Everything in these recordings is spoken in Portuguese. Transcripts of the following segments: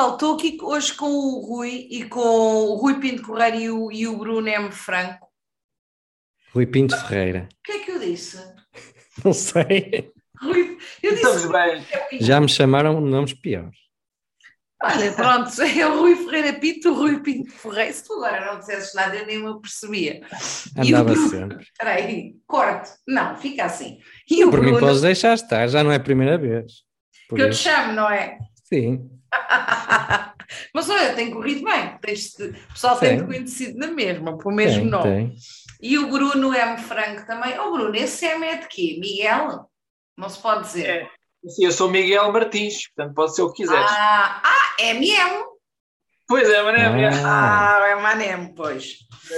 pessoal, estou aqui hoje com o Rui e com o Rui Pinto Correia e o Bruno M. Franco. Rui Pinto Ferreira. O que é que eu disse? Não sei. Rui, eu Estamos disse. bem. Já me chamaram nomes piores. Olha, pronto, é o Rui Ferreira Pinto, o Rui Pinto Ferreira. Se tu agora não dissesses nada, eu nem me apercebia. E o Andava Bruno. sempre. Espera aí, corte. Não, fica assim. E o Por mim Bruno, podes deixar estar, já não é a primeira vez. Por que eu te isso, chamo, não é? sim. Mas olha, tem corrido bem. O pessoal tem-te conhecido na mesma, pelo mesmo nome. Tem. E o Bruno M. Franco também. Oh, Bruno, esse M é de quê? Miguel? Não se pode dizer. Sim, eu sou Miguel Martins, portanto pode ser o que quiseres. MM. Pois é, mas é É Manem, pois.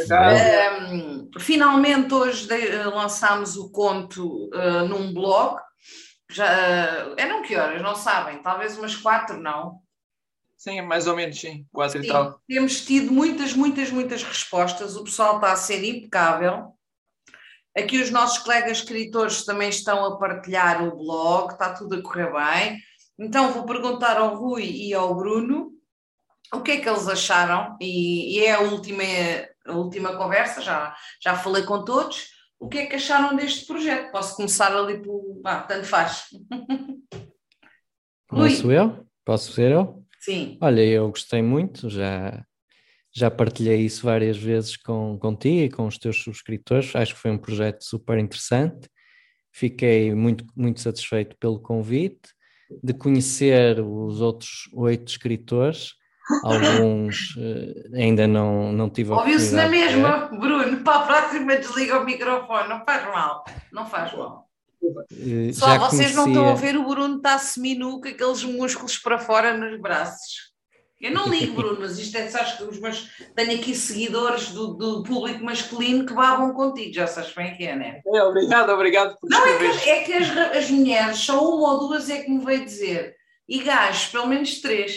Finalmente hoje lançámos o conto num blog. Eram que horas? Não sabem? Talvez umas 4, não? Sim, mais ou menos, sim. 4 Sim, e tal. temos tido muitas respostas. O pessoal está a ser impecável. Aqui os nossos colegas escritores também estão a partilhar o blog, está tudo a correr bem. Então vou perguntar ao Rui e ao Bruno o que é que eles acharam, e é a última conversa, já falei com todos, o que é que acharam deste projeto? Posso começar ali por... tanto faz. Começo eu? Posso ser eu? Sim. Olha, eu gostei muito, já partilhei isso várias vezes contigo e com os teus subscritores, acho que foi um projeto super interessante, fiquei muito, muito satisfeito pelo convite, de conhecer os outros 8 escritores, alguns ainda não tive a oportunidade. Ouviu-se na mesma, Bruno, para a próxima desliga o microfone, não faz mal. Só vocês não estão a ver, o Bruno está semi-nu com aqueles músculos para fora nos braços. Eu não ligo, Bruno, mas isto é, sabes que tenho aqui seguidores do público masculino que babam contigo, já sabes bem que é, não é? Obrigado por não, é que as mulheres, só uma ou duas é que me veio dizer, e gajos, pelo menos 3.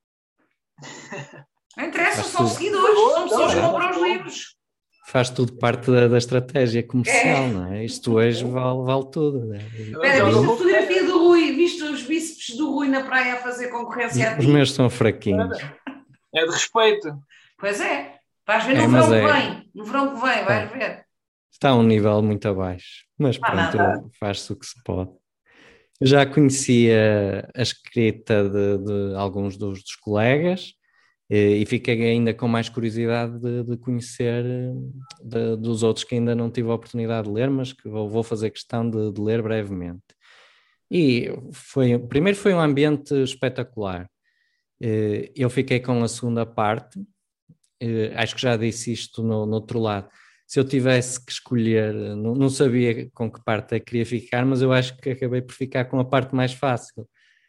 Não interessa, são seguidores, são pessoas que compram os livros. Faz tudo parte da estratégia comercial, não é? Isto hoje vale tudo. Né? Espera, viste a fotografia do Rui? Viste os bíceps do Rui na praia a fazer concorrência a ti? Os meus são fraquinhos. É de respeito. Pois é. Vais ver no verão que vem. No verão que vem, vais ver. Está a um nível muito abaixo. Mas pronto, faz-se o que se pode. Eu já conhecia a escrita de alguns dos colegas, e fiquei ainda com mais curiosidade de conhecer dos outros que ainda não tive a oportunidade de ler, mas que vou fazer questão de ler brevemente. E primeiro foi um ambiente espetacular. Eu fiquei com a segunda parte, acho que já disse isto no outro lado. Se eu tivesse que escolher, não sabia com que parte é que queria ficar, mas eu acho que acabei por ficar com a parte mais fácil.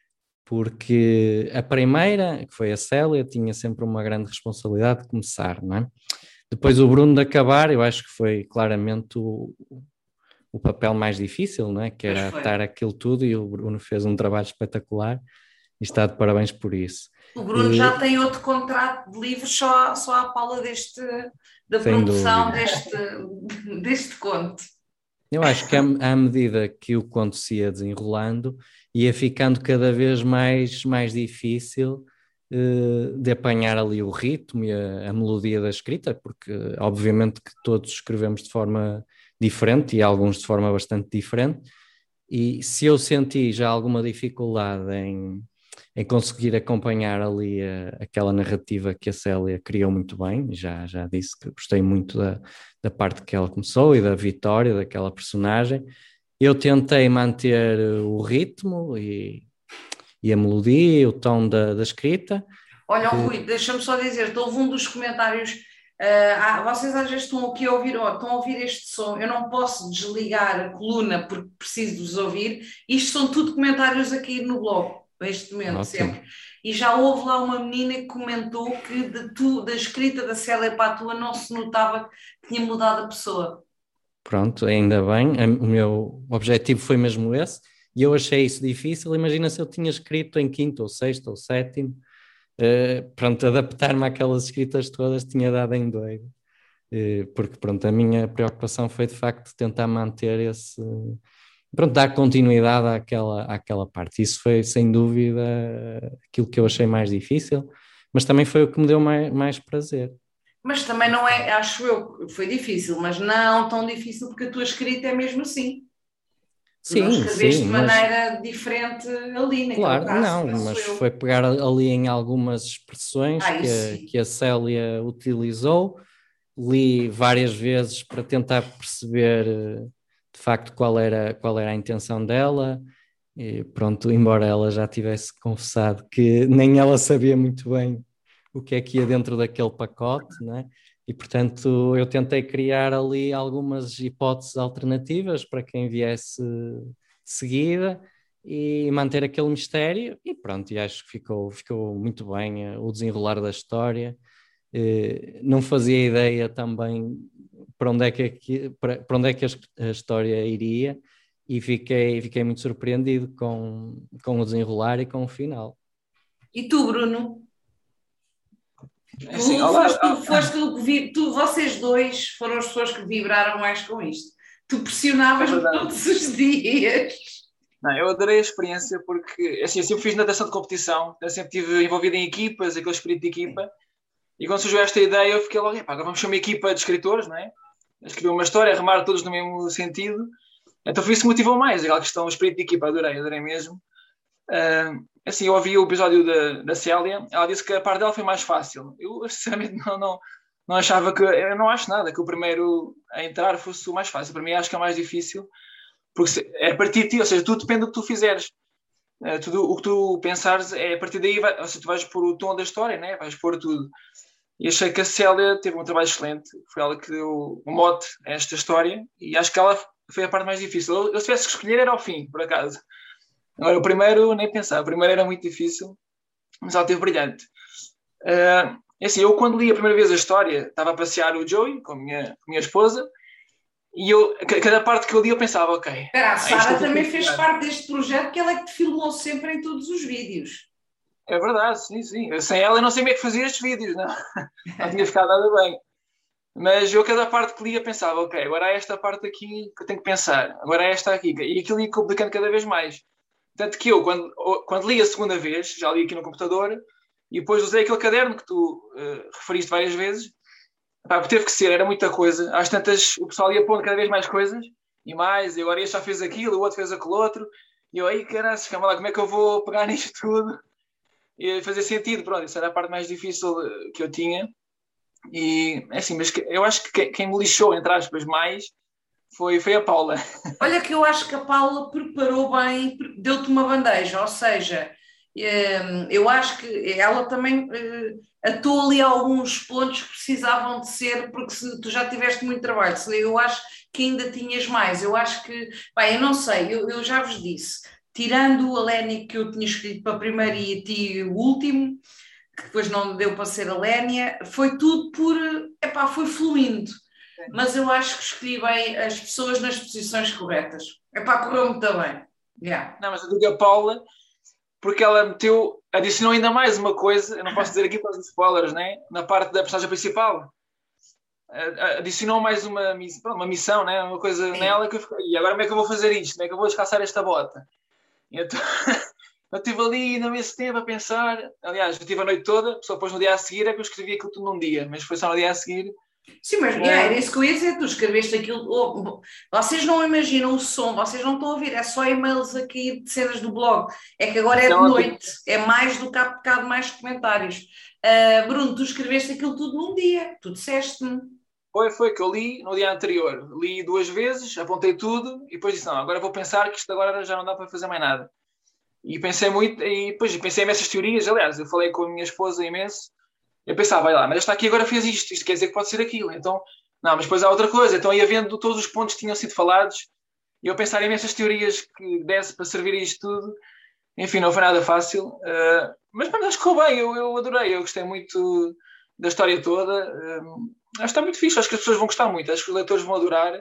Porque a primeira, que foi a Célia, tinha sempre uma grande responsabilidade de começar, não é? Depois o Bruno de acabar, eu acho que foi claramente o papel mais difícil, não é? Que era atar aquilo tudo, e o Bruno fez um trabalho espetacular e está de parabéns por isso. O Bruno já tem outro contrato de livros só à pala da produção deste conto. Eu acho que à medida que o conto se ia desenrolando, ia ficando cada vez mais difícil de apanhar ali o ritmo e a melodia da escrita, porque obviamente que todos escrevemos de forma diferente e alguns de forma bastante diferente, e se eu senti já alguma dificuldade em conseguir acompanhar ali aquela narrativa que a Célia criou muito bem, já disse que gostei muito da parte que ela começou e da Vitória, daquela personagem. Eu tentei manter o ritmo e a melodia, o tom da escrita. Olha, Rui, deixa-me só dizer, houve um dos comentários, vocês às vezes estão aqui estão a ouvir este som, eu não posso desligar a coluna porque preciso de vos ouvir, isto são tudo comentários aqui no blog, neste momento, sempre. E já houve lá uma menina que comentou que da escrita da Célia para a tua não se notava que tinha mudado a pessoa. Pronto, ainda bem, o meu objetivo foi mesmo esse, e eu achei isso difícil. Imagina se eu tinha escrito em 5º ou 6º ou 7º, pronto, adaptar-me àquelas escritas todas tinha dado em doido, porque pronto, a minha preocupação foi de facto tentar manter pronto, dar continuidade àquela parte. Isso foi, sem dúvida, aquilo que eu achei mais difícil, mas também foi o que me deu mais prazer. Mas também não é, acho eu, foi difícil, mas não tão difícil porque a tua escrita é mesmo assim. Tu não escreveste de maneira diferente ali, naquele claro, caso. não, mas foi pegar ali em algumas expressões que a Célia utilizou, li várias vezes para tentar perceber de facto qual era a intenção dela, e pronto, embora ela já tivesse confessado que nem ela sabia muito bem o que é que ia dentro daquele pacote, né? E portanto eu tentei criar ali algumas hipóteses alternativas para quem viesse de seguida e manter aquele mistério, e pronto, e acho que ficou muito bem o desenrolar da história. Não fazia ideia também para onde é que a história iria, e fiquei muito surpreendido com o desenrolar e com o final. E tu, Bruno? Assim, Vocês dois foram as pessoas que vibraram mais com isto. Tu pressionavas-me todos os dias. Não, eu adorei a experiência porque assim, eu sempre fiz natação de competição, eu sempre estive envolvido em equipas, aquele espírito de equipa, e quando surgiu esta ideia eu fiquei logo, agora vamos ser uma equipa de escritores, não é? Escrever uma história, remar todos no mesmo sentido, então foi isso que motivou mais, aquela questão, o espírito de equipa, adorei mesmo. Assim, eu ouvi o episódio da Célia, ela disse que a parte dela foi mais fácil. Eu sinceramente não achava que, eu não acho nada que o primeiro a entrar fosse o mais fácil, para mim acho que é o mais difícil, porque é a partir de ti, ou seja, tudo depende do que tu fizeres. Tudo o que tu pensares é a partir daí, ou seja, tu vais pôr o tom da história, né? Vais pôr tudo. E achei que a Célia teve um trabalho excelente, foi ela que deu um mote a esta história, e acho que ela foi a parte mais difícil. Eu se tivesse que escolher era ao fim, por acaso. Agora, o primeiro, nem pensar, o primeiro era muito difícil, mas ela teve brilhante. Assim, eu quando li a primeira vez a história, estava a passear o Joey com a minha esposa, e cada parte que eu li eu pensava, ok. Espera, a Sara também fez parte deste projeto, que ela é que te filmou sempre em todos os vídeos. É verdade, sim. Sem ela eu não sei como é que fazia estes vídeos, não tinha ficado nada bem. Mas eu cada parte que lia pensava, ok, agora há esta parte aqui que eu tenho que pensar, agora há esta aqui, e aquilo ia complicando cada vez mais. Tanto que eu, quando li a segunda vez, já li aqui no computador, e depois usei aquele caderno que tu referiste várias vezes, teve que ser, era muita coisa. Às tantas, o pessoal ia pondo cada vez mais coisas, e agora este já fez aquilo, o outro fez aquele outro, e eu, aí, caralho, calma lá, como é que eu vou pegar nisto tudo? E fazer sentido, pronto, isso era a parte mais difícil que eu tinha. E, assim, mas eu acho que quem me lixou, entre aspas, mais, foi a Paula. Olha que eu acho que a Paula preparou bem, deu-te uma bandeja, ou seja, eu acho que ela também atuou ali alguns pontos que precisavam de ser, porque se tu já tiveste muito trabalho, eu acho que ainda tinhas mais, eu acho que, bem, eu não sei, eu já vos disse, tirando a Lénia que eu tinha escrito para a primeira e a ti o último, que depois não deu para ser a Lénia, foi tudo foi fluindo. Mas eu acho que escolhi bem as pessoas nas posições corretas. Correu muito bem. Yeah. Não, mas eu digo a Paula, porque ela adicionou ainda mais uma coisa, eu não posso dizer aqui para os spoilers, né? Na parte da personagem principal. Adicionou mais uma missão, né? Uma coisa nela que eu fiquei, e agora como é que eu vou fazer isto? Como é que eu vou descansar esta bota? Então, eu estive ali no mesmo tempo a pensar, aliás, eu estive a noite toda, só depois no dia a seguir é que eu escrevi aquilo tudo num dia, mas foi só no dia a seguir. Sim, mas era isso que eu ia dizer, tu escreveste aquilo, vocês não imaginam o som, vocês não estão a ouvir, é só e-mails aqui de cenas do blog, é que agora é de noite, é mais do que há bocado mais comentários. Bruno, tu escreveste aquilo tudo num dia, tu disseste-me. Foi que eu li no dia anterior, li 2 vezes, apontei tudo e depois disse, não, agora vou pensar que isto agora já não dá para fazer mais nada. E pensei muito, e depois pensei nessas teorias, aliás, eu falei com a minha esposa imenso. Eu pensava, vai lá, mas esta aqui agora fez isto quer dizer que pode ser aquilo, então, não, mas depois há outra coisa, então ia vendo todos os pontos que tinham sido falados, e eu pensar em essas teorias que desse para servir a isto tudo, enfim, não foi nada fácil, mas acho que ficou bem, eu adorei, eu gostei muito da história toda, acho que está muito fixe, acho que as pessoas vão gostar muito, acho que os leitores vão adorar,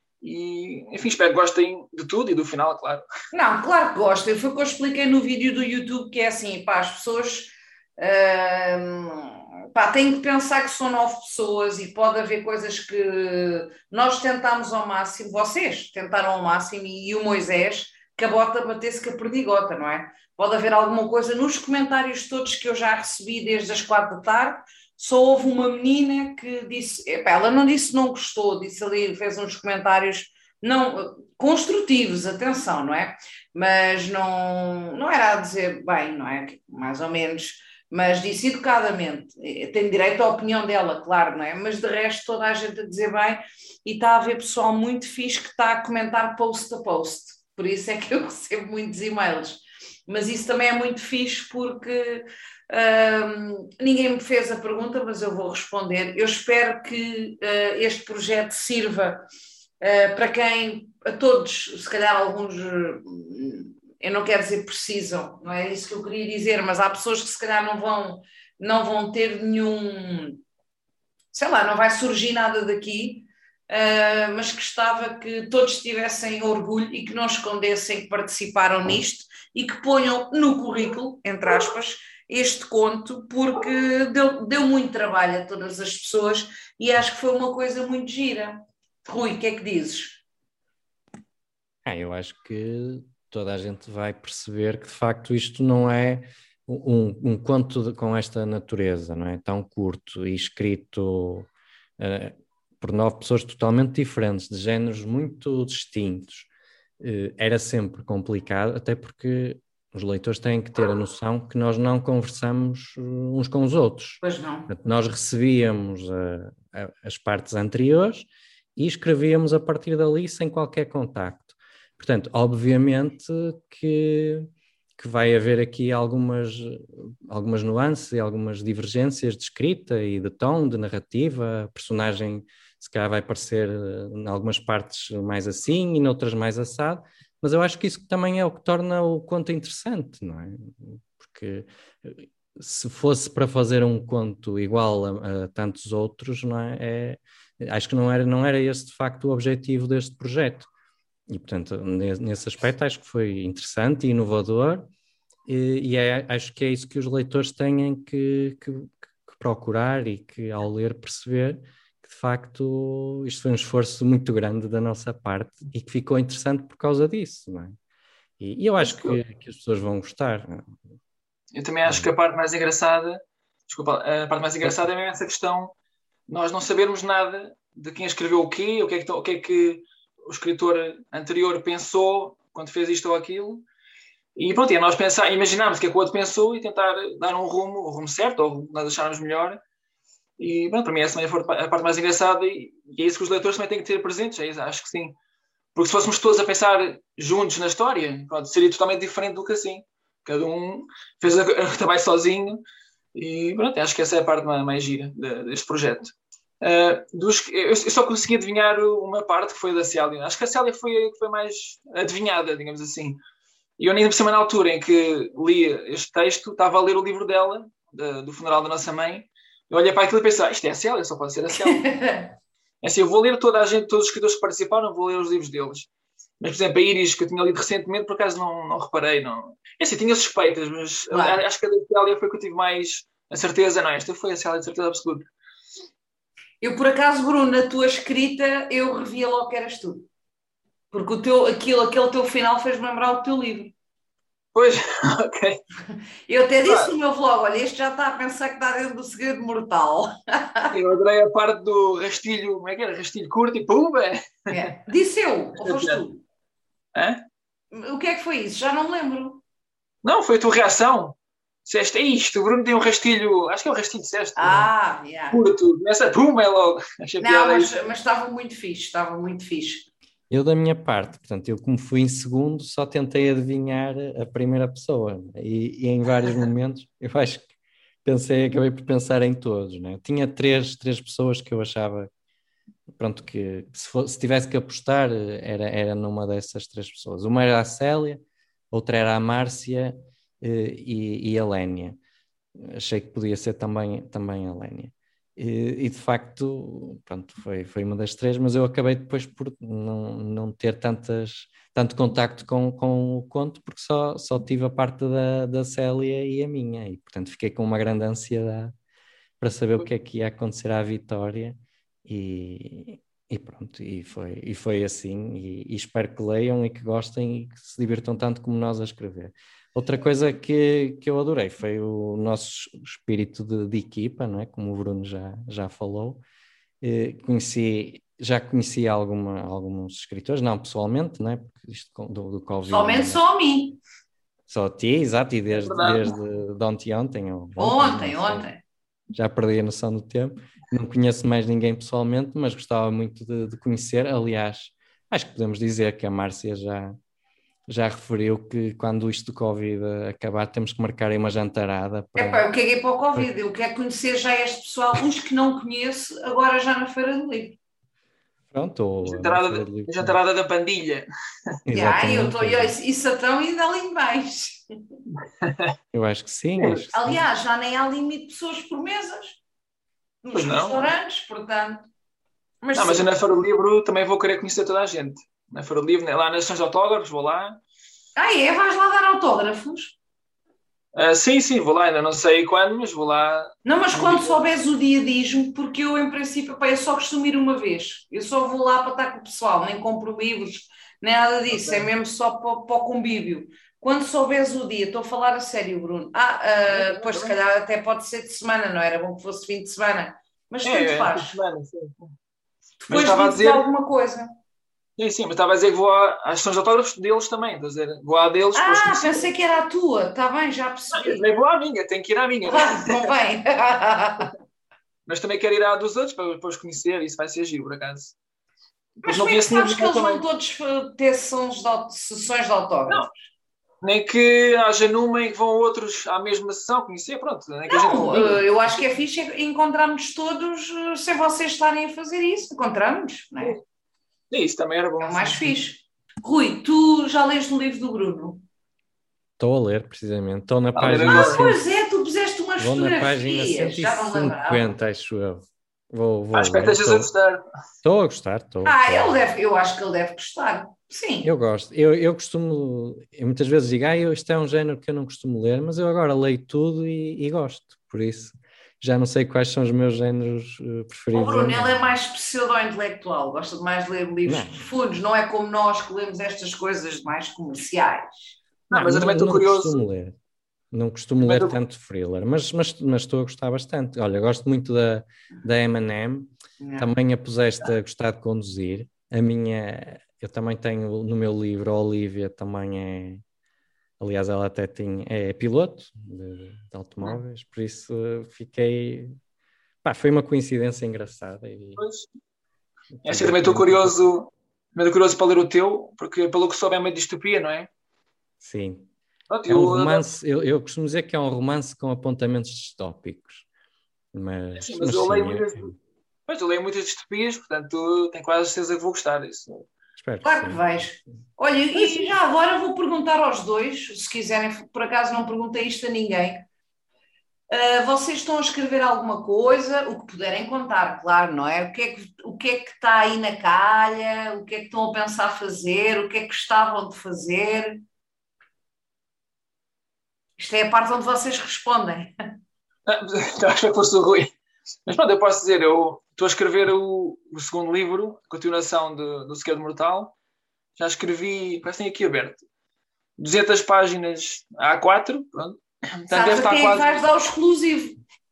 e, enfim, espero que gostem de tudo e do final, claro. Não, claro que gostem, foi o que eu expliquei no vídeo do YouTube, que é assim, as pessoas... pá, tenho que pensar que são 9 pessoas e pode haver coisas que nós tentámos ao máximo, vocês tentaram ao máximo e o Moisés, que a bota batesse com a perdigota, não é? Pode haver alguma coisa nos comentários todos que eu já recebi desde as 4 da tarde. Só houve uma menina que disse, epá, ela não disse não gostou, disse ali, fez uns comentários não construtivos, atenção, não é? Mas não era a dizer bem, não é? Mais ou menos, mas disse educadamente, tem direito à opinião dela, claro, não é? Mas de resto toda a gente a dizer bem e está a haver pessoal muito fixe que está a comentar post a post, por isso é que eu recebo muitos e-mails, mas isso também é muito fixe porque ninguém me fez a pergunta, mas eu vou responder. Eu espero que este projeto sirva para quem, a todos, se calhar alguns, eu não quero dizer precisam, não é isso que eu queria dizer, mas há pessoas que se calhar não vão ter nenhum, sei lá, não vai surgir nada daqui, mas gostava que todos tivessem orgulho e que não escondessem que participaram nisto e que ponham no currículo, entre aspas, este conto, porque deu muito trabalho a todas as pessoas e acho que foi uma coisa muito gira. Rui, o que é que dizes? Eu acho que toda a gente vai perceber que de facto isto não é um conto com esta natureza, não é? Tão curto e escrito por 9 pessoas totalmente diferentes, de géneros muito distintos. Era sempre complicado, até porque os leitores têm que ter a noção que nós não conversamos uns com os outros. Pois não. Portanto, nós recebíamos as partes anteriores e escrevíamos a partir dali sem qualquer contacto. Portanto, obviamente que vai haver aqui algumas nuances e algumas divergências de escrita e de tom, de narrativa. A personagem se calhar vai parecer em algumas partes mais assim e noutras mais assado, mas eu acho que isso também é o que torna o conto interessante, não é? Porque se fosse para fazer um conto igual a tantos outros, não é? Acho que não era esse de facto o objetivo deste projeto. E, portanto, nesse aspecto acho que foi interessante e inovador acho que é isso que os leitores têm que procurar e que ao ler perceber que de facto isto foi um esforço muito grande da nossa parte e que ficou interessante por causa disso, não é? E eu acho que as pessoas vão gostar. Eu também acho que a parte mais engraçada, a parte mais engraçada é mesmo essa questão, nós não sabermos nada de quem escreveu o quê, o que é que o escritor anterior pensou quando fez isto ou aquilo. E pronto, nós imaginarmos o que é que o outro pensou e tentar dar o rumo certo, ou nós acharmos melhor. E pronto, para mim essa também foi a parte mais engraçada e é isso que os leitores também têm que ter presentes, acho que sim. Porque se fôssemos todos a pensar juntos na história, pronto, seria totalmente diferente do que assim. Cada um fez o trabalho sozinho e pronto, acho que essa é a parte mais gira deste projeto. Eu só consegui adivinhar uma parte que foi da Célia. Acho que a Célia foi a que foi mais adivinhada, digamos assim. E eu, ainda por cima, na altura em que li este texto, estava a ler o livro dela, do funeral da nossa mãe. Eu olhei para aquilo e pensei, isto é a Célia, só pode ser a Célia. Assim, eu vou ler toda a gente, todos os escritores que participaram, vou ler os livros deles. Mas, por exemplo, a Iris, que eu tinha lido recentemente, por acaso não reparei. Não. Assim, tinha suspeitas, mas claro. Acho que a da Célia foi que eu tive mais a certeza. Não, esta foi a Célia de certeza absoluta. Eu, por acaso, Bruno, na tua escrita, eu revia logo que eras tu. Porque aquele teu final fez-me lembrar o teu livro. Pois, ok. Eu até disse no meu vlog, olha, este já está a pensar que está dentro do segredo mortal. Eu adorei a parte do rastilho, como é que era? Rastilho curto e pumba! É. Disse eu, ou foste tu? Hã? O que é que foi isso? Já não me lembro. Não, foi a tua reação. Disseste, é isto, o Bruno tem um rastilho, acho que é um rastilho, disseste. Yeah. Curto, começa, pumba, é logo. Mas estava muito fixe, Eu, da minha parte, portanto, eu como fui em segundo, só tentei adivinhar a primeira pessoa. E em vários momentos, eu acho que acabei por pensar em todos, né? Tinha três pessoas que eu achava, pronto, que se tivesse que apostar, era numa dessas 3 pessoas. Uma era a Célia, outra era a Márcia e a Lénia. Achei que podia ser também a Lénia. E de facto, pronto, foi uma das 3, mas eu acabei depois por não ter tanto contacto com o conto, porque só tive a parte da Célia e a minha, e portanto fiquei com uma grande ansiedade para saber o que é que ia acontecer à Vitória e pronto, e foi assim, e espero que leiam e que gostem e que se divirtam tanto como nós a escrever. Outra coisa que eu adorei foi o nosso espírito de equipa, não é? Como o Bruno já falou. Já conheci alguns escritores, não pessoalmente, não é? Porque isto do Covid... Pessoalmente só a mim. Só a ti, exato, e desde de ontem. Ontem. Já perdi a noção do tempo. Não conheço mais ninguém pessoalmente, mas gostava muito de conhecer. Aliás, acho que podemos dizer que a Márcia já referiu que quando isto do Covid acabar temos que marcar aí uma jantarada. Eu caguei para o Covid, eu quero conhecer já este pessoal, uns que não conheço, agora já na Feira do Livro. Pronto, ou a jantarada da pandilha. E Satão ainda ali mais. Eu acho que sim. Aliás, já nem há limite de pessoas por mesas nos restaurantes, portanto. Mas eu na Feira do Livro também vou querer conhecer toda a gente. Na Feira do Livro, lá nas sessões de autógrafos, vou lá. Vais lá dar autógrafos? Sim, vou lá, ainda não sei quando, mas vou lá. Não, mas quando souberes o dia diz-me, porque eu em princípio, eu só costumo ir uma vez. Eu só vou lá para estar com o pessoal, nem compro livros, nem nada disso, é mesmo só para o convívio. Quando souberes o dia, estou a falar a sério, Bruno. Pois se calhar até pode ser de semana, não era bom que fosse fim de semana. Mas tanto faz. De semana, sim. Depois de dizer alguma coisa. Sim, mas estava a dizer que vou às sessões de autógrafos deles também. Estou a dizer, vou à deles. Pensei que era a tua. Está bem, já percebi. Nem vou à minha, tenho que ir à minha. Bem. Mas também quero ir à dos outros para depois conhecer. Isso vai ser giro, por acaso. Mas como é que sabes que eles vão todos ter sessões de autógrafos? Não. Nem que haja numa em que vão outros à mesma sessão conhecer, pronto. Nem que eu acho que é fixe encontrarmos todos sem vocês estarem a fazer isso. Encontramos, não é? Isso também era bom. É o mais fixe. Rui, tu já leste o livro do Bruno? Estou a ler, precisamente. Estou na página... Pois é, tu puseste umas fotografias. Vou na página 150, acho eu. Vou expectativas a gostar. Estou a gostar. Eu acho que ele deve gostar. Sim. Eu gosto. Eu costumo... Eu muitas vezes digo, isto é um género que eu não costumo ler, mas eu agora leio tudo e gosto. Por isso... Já não sei quais são os meus géneros preferidos. O Bruno, ele é mais pseudo-intelectual, gosta de mais ler livros profundos, não é como nós que lemos estas coisas mais comerciais. Mas eu também estou curioso. Não costumo ler tanto thriller, mas estou a gostar bastante. Olha, gosto muito da M&M, também a puseste a gostar de conduzir. Eu também tenho no meu livro, a Olivia também é... Aliás, ela até é piloto de automóveis, por isso fiquei... foi uma coincidência engraçada. Essa também estou curioso para ler o teu, porque pelo que soube é uma distopia, não é? Sim. É um romance, eu costumo dizer que é um romance com apontamentos distópicos. Mas eu leio muitas distopias, portanto tenho quase certeza que vou gostar disso. Claro que vais. Olha, e já agora vou perguntar aos dois, se quiserem, por acaso não perguntei isto a ninguém. Vocês estão a escrever alguma coisa, o que puderem contar, claro, não é? O que é que está aí na calha? O que é que estão a pensar fazer? O que é que gostavam de fazer? Isto é a parte onde vocês respondem. Acho que fosse o Rui. Mas pronto, eu posso dizer, eu estou a escrever o segundo livro, a continuação do Segredo Mortal. Já escrevi, parece que tem aqui aberto, 200 páginas A4, pronto. Sabes a quem é que vais dar o exclusivo?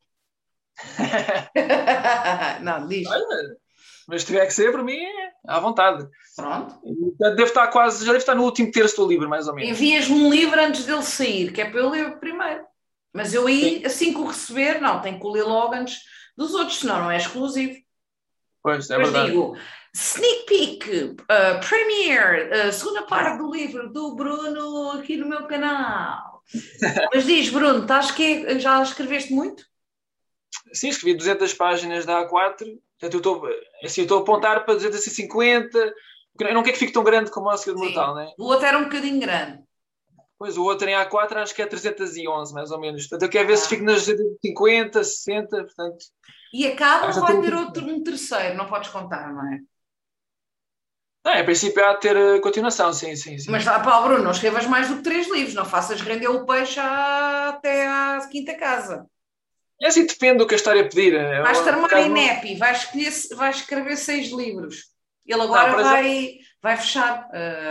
Não, diz. Olha, mas se tiver que ser, para mim, à vontade. Pronto. Já deve estar no último terço do livro, mais ou menos. Envias-me um livro antes dele sair, que é para eu ler primeiro. Mas eu aí, assim que o receber, tenho que o ler logo antes dos outros, senão não é exclusivo. Pois, é verdade. Digo, sneak peek, premiere, segunda parte do livro do Bruno aqui no meu canal. Mas diz, Bruno, já escreveste muito? Sim, escrevi 200 páginas da A4. Portanto, eu estou a apontar para 250, porque eu não quero que fique tão grande como o Segredo Mortal, não é? O outro era um bocadinho grande. Pois, o outro em A4 acho que é 311, mais ou menos. Portanto, eu quero ver se fico nas 250, 60, portanto... E acaba ou vai ter um terceiro? Não podes contar, não é? Não, em princípio há de ter continuação, sim. Mas, Bruno, não escrevas mais do que 3 livros. Não faças render o peixe até à quinta casa. É assim, depende do que a história pedir. Vais tramar em NEPI, vais escrever 6 livros. Ele agora Não, vai fechar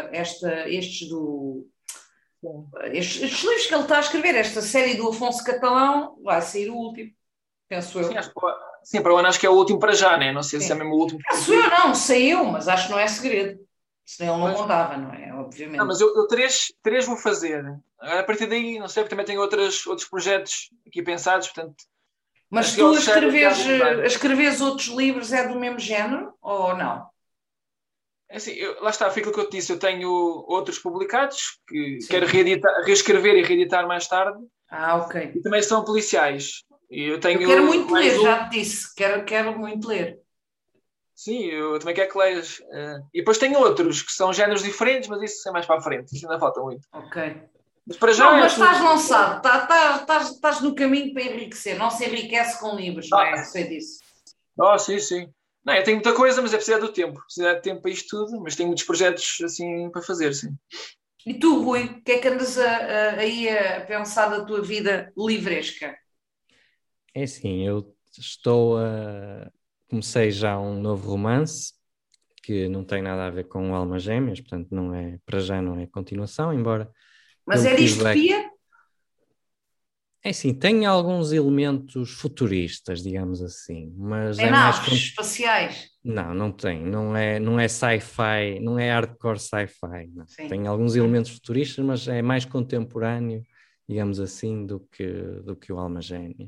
estes livros que ele está a escrever, esta série do Afonso Catalão, vai sair o último, penso eu. Sim, para o ano acho que é o último para já, né? Não sei se é mesmo o último. Penso eu, não, sei eu, mas acho que não é segredo. Senão ele não contava, não é? Obviamente. Não, mas eu três vou fazer. Agora, a partir daí, não sei, porque também tenho outros projetos aqui pensados, portanto... Mas tu a escreveres outros livros é do mesmo género ou não? É assim, lá está, foi aquilo que eu te disse. Eu tenho outros publicados que quero reescrever e reeditar mais tarde. Ok. E também são policiais. Eu quero muito ler, já te disse. Quero muito ler. Sim, eu também quero que leias. E depois tenho outros que são géneros diferentes, mas isso é mais para a frente. Isso ainda falta muito. Ok. Mas para já. Não, mas estás lançado. Estás no caminho para enriquecer. Não se enriquece com livros, não é? Sei disso. Sim, sim. Não, eu tenho muita coisa, mas é preciso do tempo. Precisar de tempo para isto tudo, mas tenho muitos projetos assim para fazer, sim. E tu, Rui, o que é que andas aí a pensar da tua vida livresca? É assim, eu comecei já um novo romance que não tem nada a ver com Almas Gêmeas, portanto para já não é continuação, embora... Mas é distopia? É assim, tem alguns elementos futuristas, digamos assim, mas tem naves espaciais? Não tem, não é sci-fi, não é hardcore sci-fi, tem alguns elementos futuristas, mas é mais contemporâneo, digamos assim, do que o Almas Gêmeas.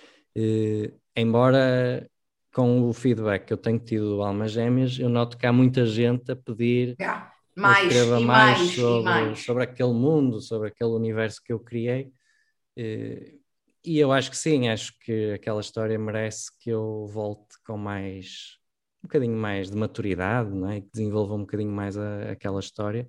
Embora com o feedback que eu tenho tido do Almas Gêmeas, eu noto que há muita gente a pedir mais sobre aquele mundo, sobre aquele universo que eu criei. E eu acho que sim, acho que aquela história merece que eu volte com um bocadinho mais de maturidade, não é? E que desenvolva um bocadinho mais aquela história,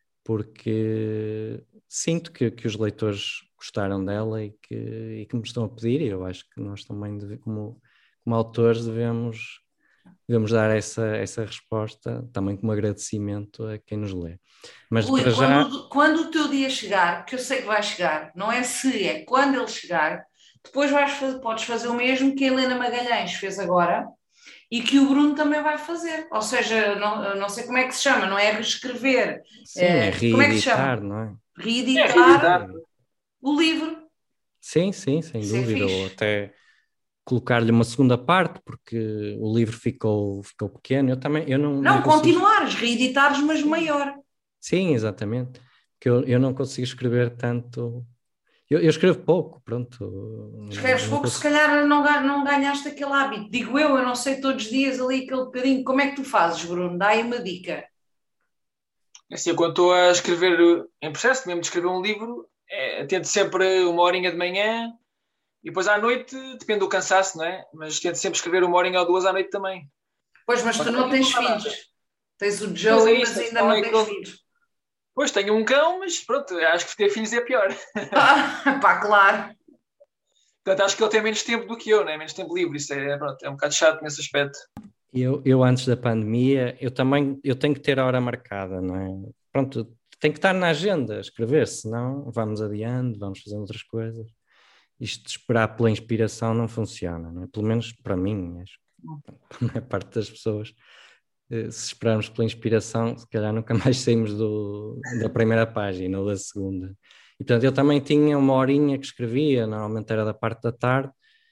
porque sinto que os leitores gostaram dela e que me estão a pedir, e eu acho que nós também, como autores, devemos dar essa resposta, também como agradecimento a quem nos lê. Mas Rui, quando o teu dia chegar, que eu sei que vai chegar, não é se, é quando ele chegar, depois podes fazer o mesmo que a Helena Magalhães fez agora e que o Bruno também vai fazer. Ou seja, não sei como é que se chama, não é reescrever. Sim, é reeditar, como é que se chama? Não é? Reeditar o livro. Sim, sem dúvida. Ou até colocar-lhe uma segunda parte, porque o livro ficou pequeno. Eu não continuares, reeditares, mas maior. Sim, exatamente. Porque eu não consigo escrever tanto. Eu escrevo pouco, pronto. Escreves pouco, se calhar não ganhaste aquele hábito. Digo eu não sei todos os dias ali aquele bocadinho. Como é que tu fazes, Bruno? Dá aí uma dica. Assim, quando estou a escrever, em processo mesmo de escrever um livro, tento sempre uma horinha de manhã e depois à noite, depende do cansaço, não é? Mas tento sempre escrever uma horinha ou duas à noite também. Pois, mas tu não tens filhos. Tens o Joey, mas ainda não tens filhos. Pois, tenho um cão, mas pronto, acho que ter filhos é pior. Pá, claro. Portanto, acho que ele tem menos tempo do que eu, né? Menos tempo livre, isso é um bocado chato nesse aspecto. Eu antes da pandemia, eu tenho que ter a hora marcada, não é? Pronto, tem que estar na agenda, escrever, senão vamos adiando, vamos fazendo outras coisas. Isto de esperar pela inspiração não funciona, não é? Pelo menos para mim, acho que a maior parte das pessoas, se esperarmos pela inspiração, se calhar nunca mais saímos da primeira página ou da segunda. E portanto, eu também tinha uma horinha que escrevia, normalmente era da parte da tarde,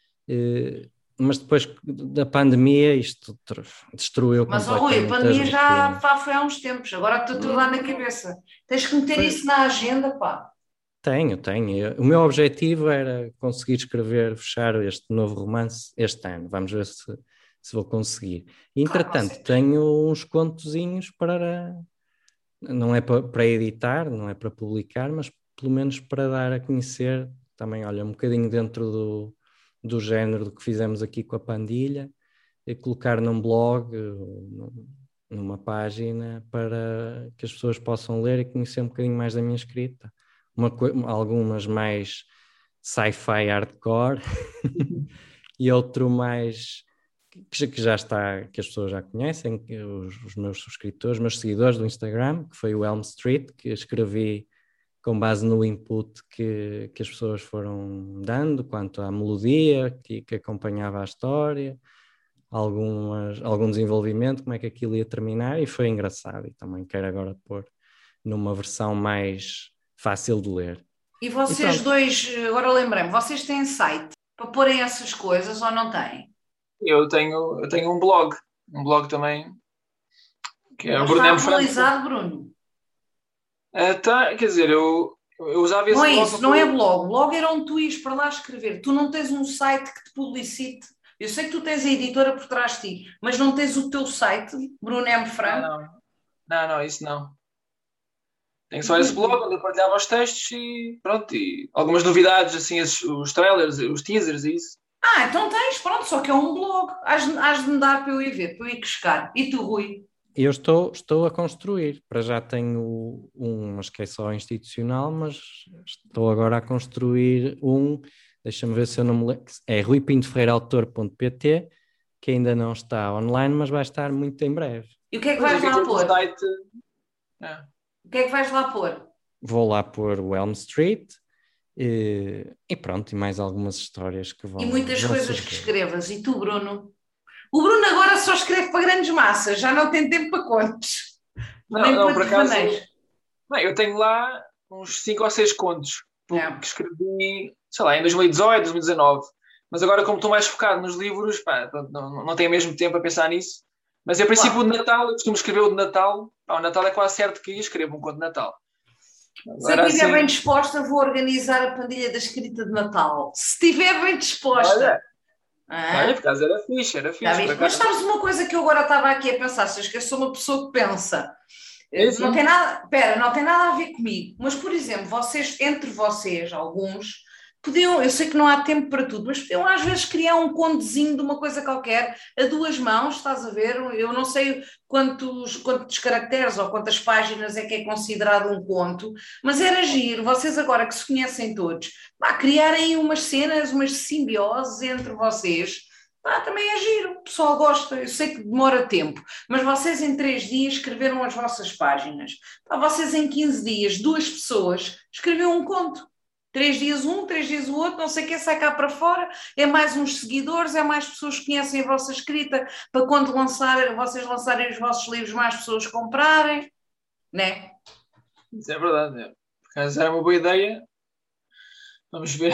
mas depois da pandemia isto destruiu completamente. Mas, Rui, a pandemia já foi há uns tempos, agora estou tudo lá na cabeça. Tens que meter isso na agenda, pá. Tenho. O meu objetivo era conseguir fechar este novo romance este ano. Vamos ver se vou conseguir. Entretanto, tenho uns contozinhos não é para editar, não é para publicar, mas pelo menos para dar a conhecer também, olha, um bocadinho dentro do género do que fizemos aqui com a Pandilha, e colocar num blog, numa página, para que as pessoas possam ler e conhecer um bocadinho mais da minha escrita. Algumas mais sci-fi hardcore e outro mais que já está, que as pessoas já conhecem, os meus subscritores, meus seguidores do Instagram, que foi o Elm Street, que escrevi com base no input que as pessoas foram dando, quanto à melodia que acompanhava a história, algum desenvolvimento, como é que aquilo ia terminar, e foi engraçado. E também quero agora pôr numa versão mais fácil de ler. E vocês dois, agora lembrei-me, vocês têm site para porem essas coisas ou não têm? Eu tenho um blog também, que é o Bruno Está M. Franco. atualizado, Bruno? Tá, quer dizer, eu usava esse Não é blog. isso, não é blog. Blog era onde tu ias para lá escrever. Tu não tens um site que te publicite. Eu sei que tu tens a editora por trás de ti, mas não tens o teu site, Bruno M. Franco? Não, isso não. Tenho só esse blog onde eu partilhava os textos e pronto, e algumas novidades, assim, os trailers, os teasers e isso. Então tens, pronto, só que é um blog. Has de me dar para eu ir ver, para eu ir buscar. E tu, Rui? Eu estou a construir, para já tenho mas que é só institucional, mas estou agora a construir deixa-me ver se eu não me lembro, é ruipintoferreiraautor.pt, que ainda não está online, mas vai estar muito em breve. E o que é que vais lá pôr? O que é que vais lá pôr? Vou lá pôr o Elm Street e pronto, e mais algumas histórias que vão... E muitas coisas que escrevas. E tu, Bruno? O Bruno agora só escreve para grandes massas, já não tem tempo para contos. Não, por acaso... eu tenho lá uns 5 ou 6 contos que escrevi, sei lá, em 2018, 2019. Mas agora, como estou mais focado nos livros, não tenho mesmo tempo a pensar nisso. Mas, a princípio, o de Natal, eu costumo escrever o de Natal. O Natal é quase certo que escrevo um conto de Natal. Se eu estiver bem disposta, vou organizar a pandilha da escrita de Natal. Se estiver bem disposta... Olha, por acaso era fixe. Mas sabes uma coisa que eu agora estava aqui a pensar, se eu sou uma pessoa que pensa, não tem nada a ver comigo, mas por exemplo, entre vocês, alguns, podiam, eu sei que não há tempo para tudo, mas podiam às vezes criar um contozinho de uma coisa qualquer, a 2 mãos, estás a ver? Eu não sei quantos caracteres ou quantas páginas é que é considerado um conto, mas era giro, vocês agora que se conhecem todos, criarem umas cenas, umas simbioses entre vocês, também é giro, o pessoal gosta, eu sei que demora tempo, mas vocês em 3 dias escreveram as vossas páginas, vocês em 15 dias, 2 pessoas, escreveram um conto. 3 dias um, 3 dias o outro, não sei o que, sai cá para fora, é mais uns seguidores, é mais pessoas que conhecem a vossa escrita, para quando vocês lançarem os vossos livros, mais pessoas comprarem, né? Isso é verdade, Por acaso era uma boa ideia. Vamos ver.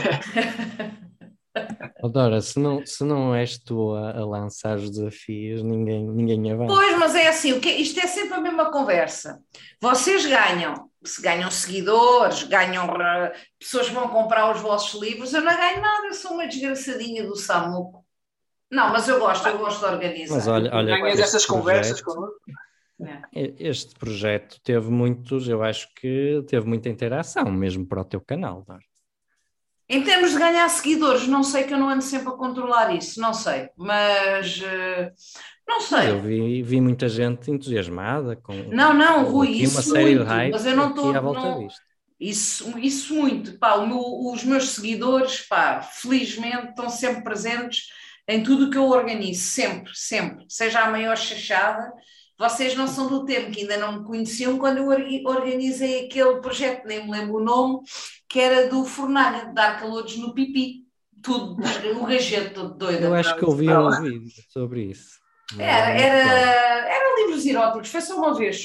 Dora, se não és tu a lançar os desafios, ninguém avança. Pois, mas é assim, isto é sempre a mesma conversa. Vocês ganham seguidores, pessoas que vão comprar os vossos livros, eu não ganho nada, eu sou uma desgraçadinha do Samuco. Não, mas eu gosto de organizar. Mas olha ganhas essas conversas connosco. Este projeto eu acho que teve muita interação mesmo para o teu canal, Dora. Em termos de ganhar seguidores, não sei, que eu não ando sempre a controlar isso, não sei, mas não sei. Eu vi muita gente entusiasmada com Rui, uma série de hype, mas eu não estou à volta disto. Isso muito, os meus seguidores, felizmente estão sempre presentes em tudo o que eu organizo, sempre, seja a maior chachada. Vocês não são do tempo, que ainda não me conheciam quando eu organizei aquele projeto, nem me lembro o nome, que era do Fornalha, de dar calores no pipi. Tudo, o gajeto todo doido. Eu acho que ouvi um vídeo sobre isso. Eram livros eróticos, foi só uma vez,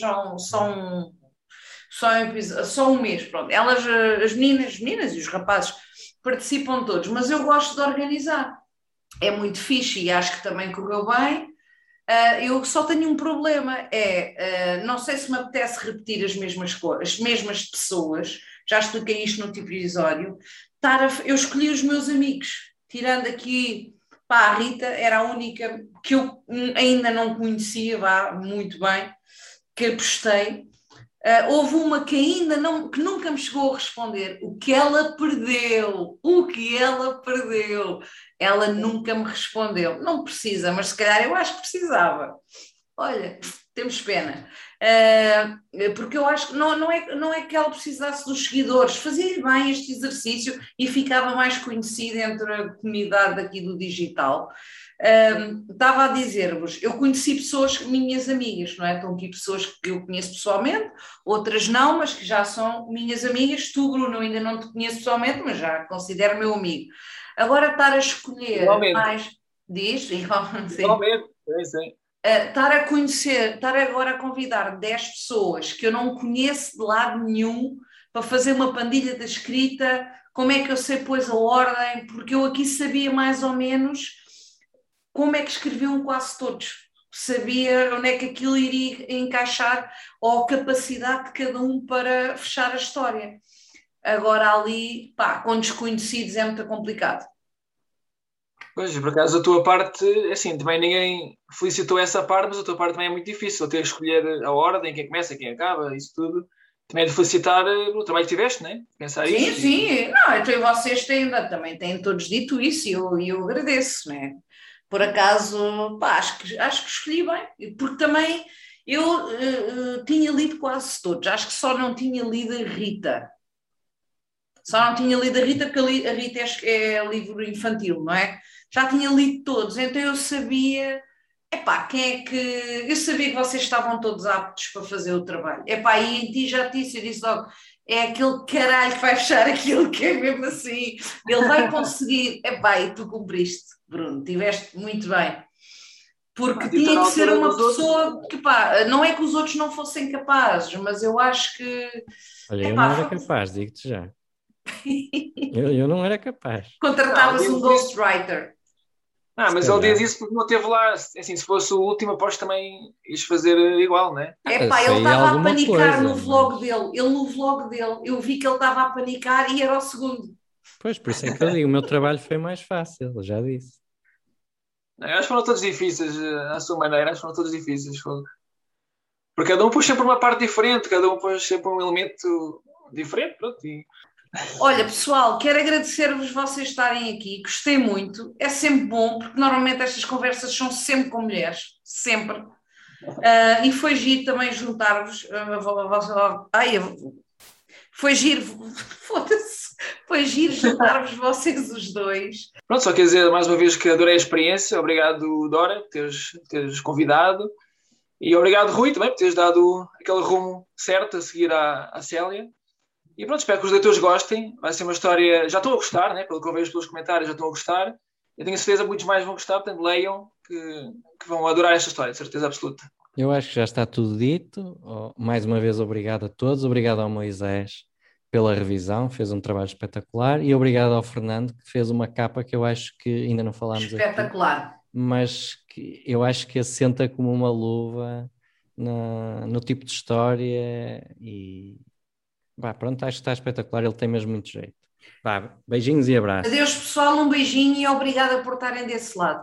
só um mês, pronto. Elas, as meninas e os rapazes participam todos, mas eu gosto de organizar. É muito fixe e acho que também correu bem. Eu só tenho um problema, não sei se me apetece repetir as mesmas pessoas, já expliquei isto no tipo episódio, eu escolhi os meus amigos, tirando aqui, a Rita era a única que eu ainda não conhecia, muito bem, que apostei. Houve uma que nunca me chegou a responder o que ela perdeu, ela nunca me respondeu, não precisa, mas se calhar eu acho que precisava. Olha, temos pena. Porque eu acho que não é que ela precisasse dos seguidores, fazia bem este exercício e ficava mais conhecida entre a comunidade aqui do digital. Estava a dizer-vos, eu conheci pessoas, minhas amigas, não é? Estão aqui pessoas que eu conheço pessoalmente, outras não, mas que já são minhas amigas. Tu, Bruno, ainda não te conheço pessoalmente, mas já considero meu amigo. Agora estar a escolher Igualmente. mais... Diz? Igualmente. Sim. Estar a conhecer, estar agora a convidar 10 pessoas que eu não conheço de lado nenhum para fazer uma pandilha da escrita, como é que eu sei pôs a ordem, porque eu aqui sabia mais ou menos como é que escreviam quase todos, sabia onde é que aquilo iria encaixar ou a capacidade de cada um para fechar a história. Agora ali, com desconhecidos é muito complicado. Pois, por acaso a tua parte, assim, também ninguém felicitou essa parte, mas a tua parte também é muito difícil, ter que escolher a ordem, quem começa, quem acaba, isso tudo. Também é de felicitar o trabalho que tiveste, né? Pensar sim, isso. Sim, não, então vocês também têm todos dito isso e eu agradeço, né? Por acaso, acho que escolhi bem, porque também eu tinha lido quase todos, acho que só não tinha lido a Rita. Só não tinha lido a Rita, porque a Rita é livro infantil, não é? Já tinha lido todos, então eu sabia, quem é que... Eu sabia que vocês estavam todos aptos para fazer o trabalho. E em ti já disse, eu disse logo, é aquele caralho que vai fechar aquilo que é mesmo assim, ele vai conseguir. E tu cumpriste, Bruno, tiveste muito bem. Porque tinha que ser uma pessoa que, não é que os outros não fossem capazes, mas eu acho que... Olha, eu não era capaz, digo-te já. eu não era capaz. Contratavas um ghostwriter. Mas ele diz isso porque não teve lá. Assim, se fosse o último, aposto também ias fazer igual, não é? Ele estava a panicar no vlog dele. No vlog dele, eu vi que ele estava a panicar e era o segundo. Pois, por isso é que eu digo, o meu trabalho foi mais fácil, já disse. Acho que foram todos difíceis, à sua maneira, acho que foram todos difíceis. Porque cada um pôs sempre uma parte diferente, cada um pôs sempre um elemento diferente, pronto. Olha, pessoal, quero agradecer-vos vocês estarem aqui, gostei muito, é sempre bom, porque normalmente estas conversas são sempre com mulheres, sempre, e foi giro também juntar-vos, foi giro, foda-se, foi giro juntar-vos vocês os dois. Pronto, só quer dizer mais uma vez que adorei a experiência, obrigado Dora por teres convidado, e obrigado Rui também por teres dado aquele rumo certo a seguir à Célia. E pronto, espero que os leitores gostem. Vai ser uma história... Já estão a gostar, né? Pelo que eu vejo pelos comentários, já estão a gostar. Eu tenho certeza que muitos mais vão gostar, portanto leiam, que vão adorar esta história, de certeza absoluta. Eu acho que já está tudo dito. Mais uma vez, obrigado a todos. Obrigado ao Moisés pela revisão, fez um trabalho espetacular. E obrigado ao Fernando, que fez uma capa que eu acho que ainda não falámos espetacular. Aqui, mas que eu acho que assenta como uma luva no tipo de história e... pronto, acho que está espetacular, ele tem mesmo muito jeito. Beijinhos e abraços. Adeus pessoal, um beijinho e obrigada por estarem desse lado.